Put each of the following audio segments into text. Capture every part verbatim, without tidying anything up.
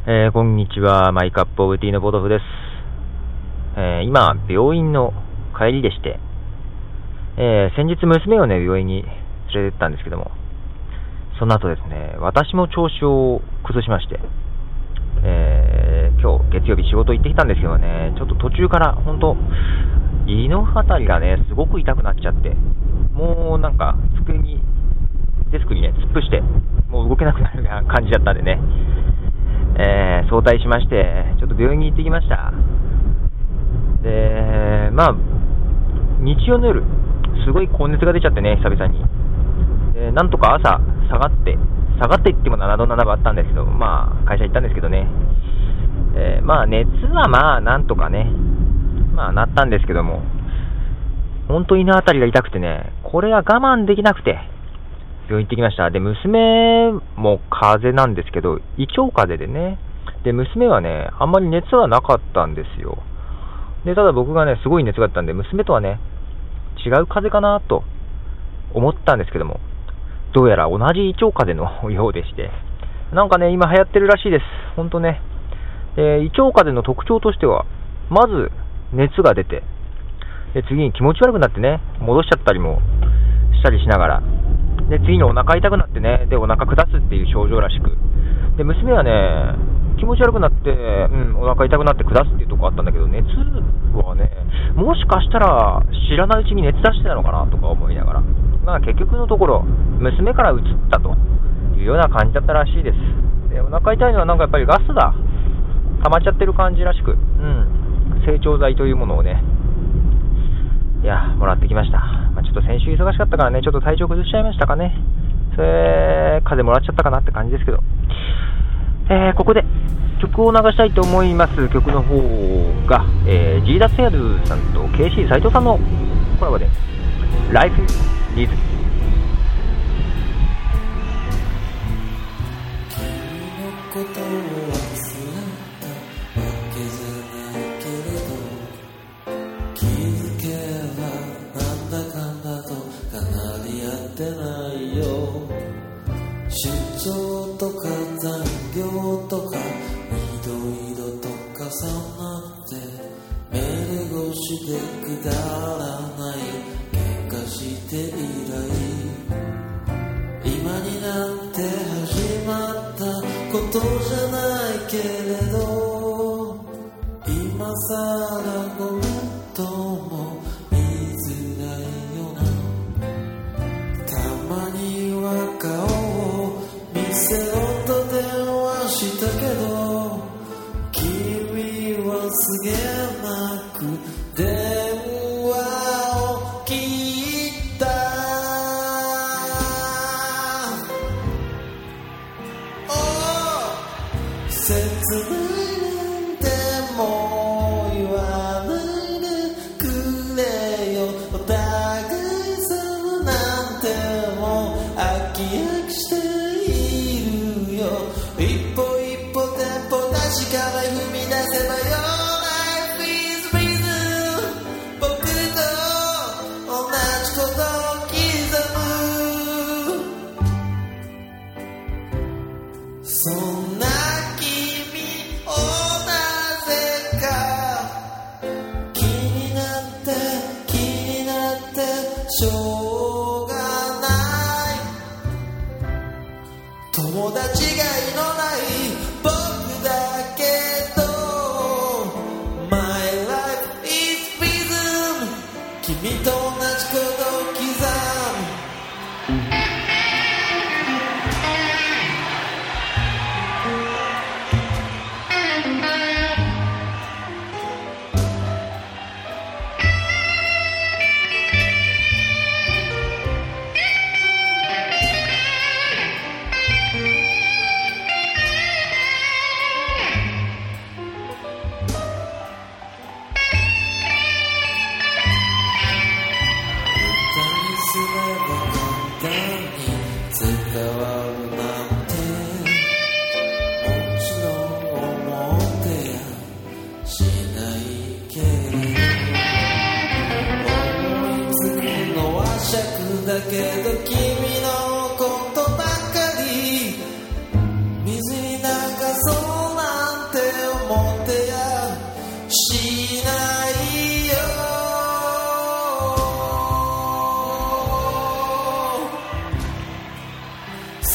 えー、こんにちは。マイカップオブティーのボトフです。えー、今病院の帰りでして、えー、先日娘をね病院に連れて行ったんですけども、その後ですね、私も調子を崩しまして、えー、今日月曜日仕事行ってきたんですけどね、ちょっと途中から本当胃のあたりがねすごく痛くなっちゃって、もうなんか机にデスクにね突っ伏してもう動けなくなるような感じだったんでね、えー、早退しまして、ちょっと病院に行ってきました。で、まあ、日曜の夜、すごい高熱が出ちゃってね、久々に。で、なんとか朝、下がって、下がっていってもななどななぶあったんですけど、まあ、会社行ったんですけどね。えー、まあ、熱はまあ、なんとかね、まあ、なったんですけども、本当に胃のあたりが痛くてね、これは我慢できなくて、病院行ってきました。で、娘も風邪なんですけど、胃腸風邪でね。で、娘はね、あんまり熱はなかったんですよ。で、ただ僕がね、すごい熱があったんで、娘とはね、違う風邪かなと思ったんですけども、どうやら同じ胃腸風邪のようでして、なんかね、今流行ってるらしいです。ほんとね。で、胃腸風邪の特徴としては、まず熱が出て、で、次に気持ち悪くなってね、戻しちゃったりもしたりしながら、で、次にお腹痛くなってね、で、お腹下すっていう症状らしく。で、娘はね、気持ち悪くなって、うん、お腹痛くなって下すっていうとこあったんだけど、熱はね、もしかしたら知らないうちに熱出してたのかなとか思いながら。まあ結局のところ、娘から移ったというような感じだったらしいです。で、お腹痛いのはなんかやっぱりガスが溜まっちゃってる感じらしく、うん、整腸剤というものをね、いや、もらってきました。まあ、ちょっと先週忙しかったからね、ちょっと体調崩しちゃいましたかね。それ、風邪もらっちゃったかなって感じですけど。えー、ここで曲を流したいと思います。曲の方が、えー、ジーダス・ヤドゥさんと ケーシー 斉藤さんのコラボで、Life is Rhythm。 君のことを忘れたわけじゃないけれど、気づけばなんだかんだとかなり合ってないよ。出張とか残業とかいろいろと重なってメール越しでくだらない喧嘩して以来、今になって始まったことじゃないけれど、今さらごめんとも言いづらいよな。たまには顔を見せろと電話したけど、君はすげなく電話を切った。おお、切ないなんてもう言わないでくれよ。お互い様なんてもう飽き飽きしているよ。一歩一歩テンポ確かに踏み出せばよ。 Life is rhythm。 僕と同じことを刻む。そんな君をなぜか気になって気になってしょうがない。友達がいのない僕だけど My life is rhythm。 君と同じことを刻む。すれば簡単に伝わるなんて、もちろん思ってやしないけれど、思いつくのは尺だけど君のことばかり水に流そうな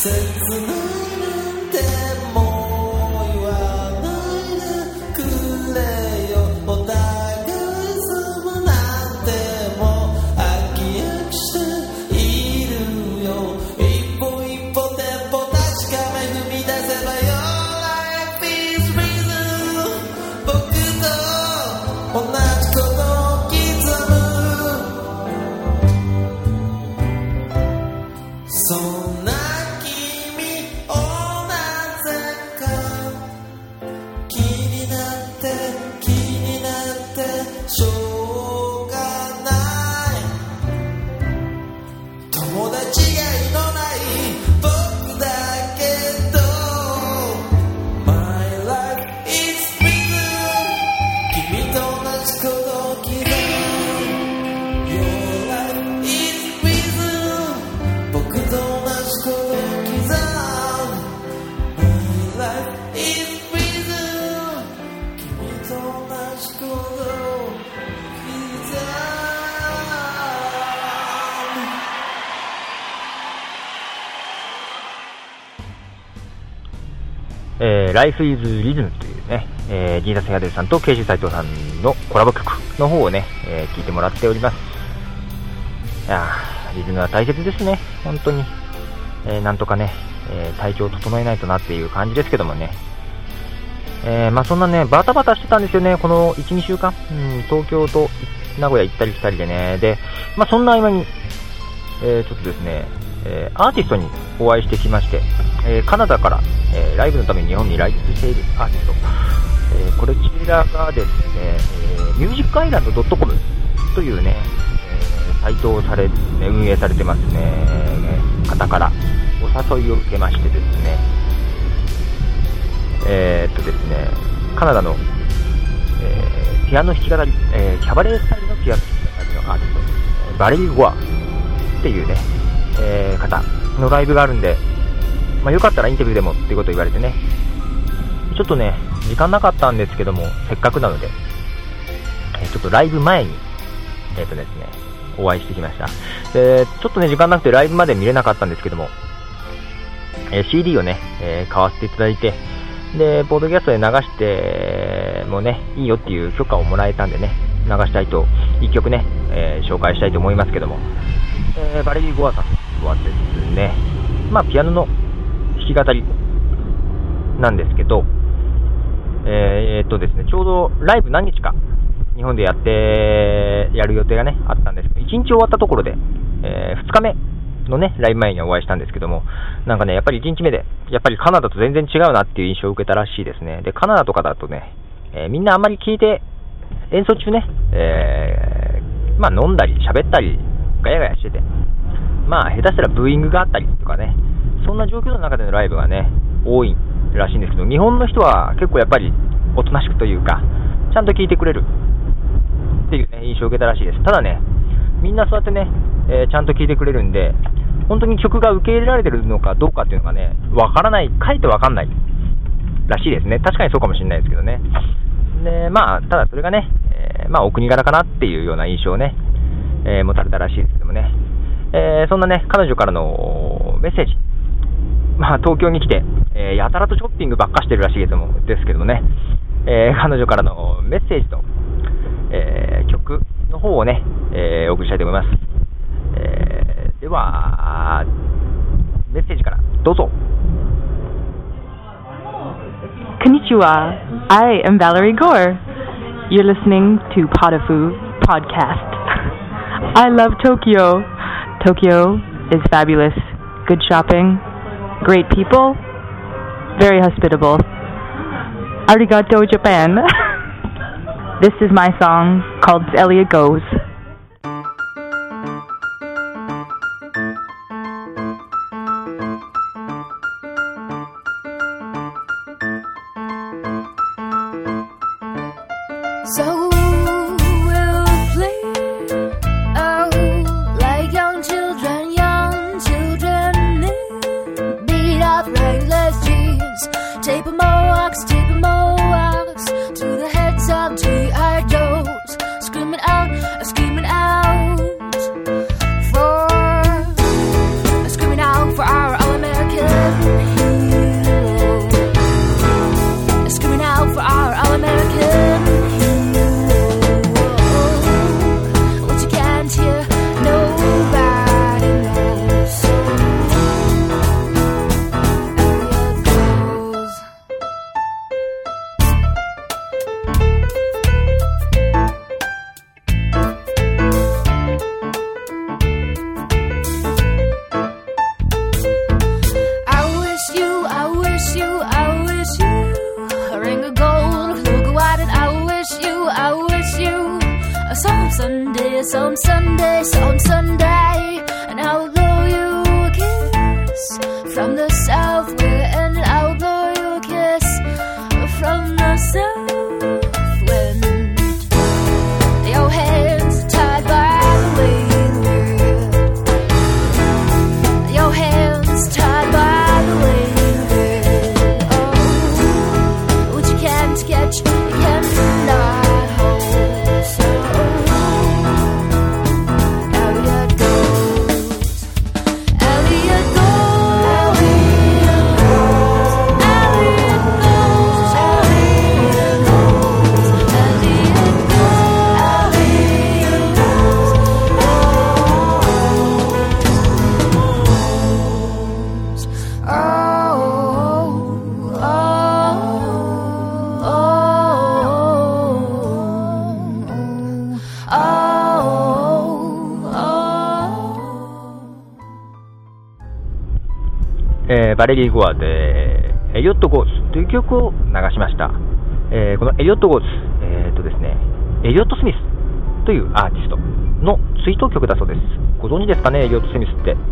えー、Life is Rhythm というね、えー、ジーザス・ヘアデルさんとケイシー斉藤さんのコラボ曲の方をね、えー、聞いてもらっております。いやー、リズムは大切ですね、本当に。えー、なんとかね、えー、体調を整えないとなっていう感じですけどもね。えー、まあそんなね、バタバタしてたんですよね、このいち、にしゅうかん。うん、東京と名古屋行ったり来たりでね。で、まあそんな合間に、えー、ちょっとですね、えー、アーティストにお会いしてきまして、えー、カナダから、えー、ライブのために日本に来日しているアーティスト、えー、これちらがですね、えー、ミュージックアイランド .com というね、えー、サイトをされ、ね、運営されてますね、方からお誘いを受けましてですね、えー、っとですね、カナダの、えー、ピアノ弾き語り、えー、キャバレースタイルのピアノ弾き語りのアーティスト、バレリー・ゴアっていうね、えー、方のライブがあるんで、まあ、よかったらインタビューでもっていうことを言われてね、ちょっとね時間なかったんですけども、せっかくなので、えー、ちょっとライブ前にえっとですねお会いしてきました。でちょっとね時間なくてライブまで見れなかったんですけども、えー、シーディー をね、えー、買わせていただいて、でポッドキャストで流してもねいいよっていう許可をもらえたんでね、流したいといっきょくね、えー、紹介したいと思いますけども、えー、バレリー・ゴアさんはですね、まあピアノの弾き語りなんですけど、えー、っとですねちょうどライブ何日か日本でやってやる予定がねあったんですけど、いちにち終わったところで、えー、ふつかめのねライブ前にお会いしたんですけども、なんかねやっぱりいちにちめでやっぱりカナダと全然違うなっていう印象を受けたらしいですね。でカナダとかだとね、えー、みんなあんまり聞いて演奏中ね、えー、まあ飲んだり喋ったりガヤガヤしてて、まあ下手したらブーイングがあったりとかね、そんな状況の中でのライブがね多いらしいんですけど、日本の人は結構やっぱりおとなしくというかちゃんと聞いてくれるっていう、ね、印象を受けたらしいです。ただねみんなそうやってね、えー、ちゃんと聞いてくれるんで、本当に曲が受け入れられてるのかどうかっていうのがねわからない、かえってわかんないらしいですね。確かにそうかもしれないですけどね。でまあただそれがね、えー、まあお国柄かなっていうような印象をね、えー、持たれたらしいですけどもね、えー、そんなね彼女からのメッセージ、まあ東京に来て、えー、やたらとショッピングばっかしてるらしいですもですけどもね、えー、彼女からのメッセージと、えー、曲の方をね、えー、お送りしたいと思います。えー、ではメッセージからどうぞ。 Konnichiwa, I am Valerie Gore. You're listening to Potafu Podcast. I love Tokyo. Tokyo is fabulous. Good shopping, great people, very hospitable. Arigato, Japan. This is my song called Elliot Goes. So we'll play out like young children, young children. Beat up reckless dreams, tape mohawks, tape mohawks to the heads of G I Joes, screaming out, screaming out for, screaming out for our all-American. some Sunday, some Sunday, and I'll blow you a kiss from the south wind. I'll blow you a kiss from the south wind. Your hands are tied by the wind. Your hands tied by the wind. Oh, which you can't catch, you cannot hold. So Elliot goes, Elliot goes, Elliot goes, Elliot goes, Elliot goes. Oh, oh, oh, oh, oh. えーバレリー・ゴアでエリオット・ゴーズという曲を流しました。えーこのエリオット・ゴーズ、えーとですね、エリオット・スミスというアーティストの追悼曲だそうです。ご存知ですかね、エリオット・スミスって。え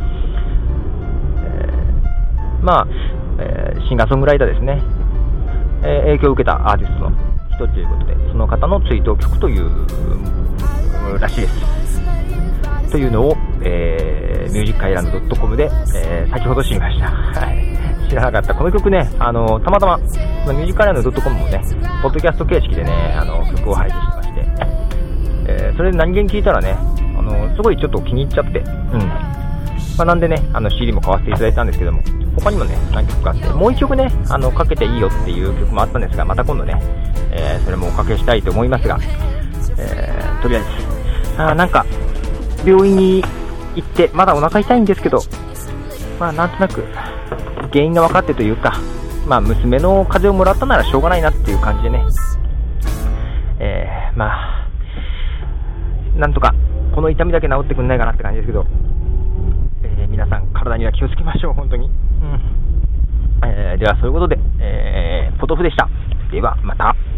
ーまあ、えーシンガーソングライターですね。えー影響を受けたアーティストの一人ということで、その方の追悼曲というらしいです。というのを、えー、ミュージックアイランド .com で、えー、先ほど知りました。はい、知らなかった。この曲ね、あのたまたまミュージックアイランド .com もね、ポッドキャスト形式でね、あの曲を配信してまして、えー、それで何気に聞いたらね、あのすごいちょっと気に入っちゃって、うん、まあ、なんでね、あの シーディー も買わせていただいたんですけども、他にもね、何曲かあって、もう一曲ね、あのかけていいよっていう曲もあったんですが、また今度ね、えー、それもおかけしたいと思いますが、えー、とりあえず、あなんか病院に行ってまだお腹痛いんですけど、まあなんとなく原因が分かってというか、まあ娘の風邪をもらったならしょうがないなっていう感じでね、えー、まあなんとかこの痛みだけ治ってくんないかなって感じですけど、えー、皆さん体には気をつけましょう本当に、うんえー、ではそういうことで、えー、ポトフでした。ではまた。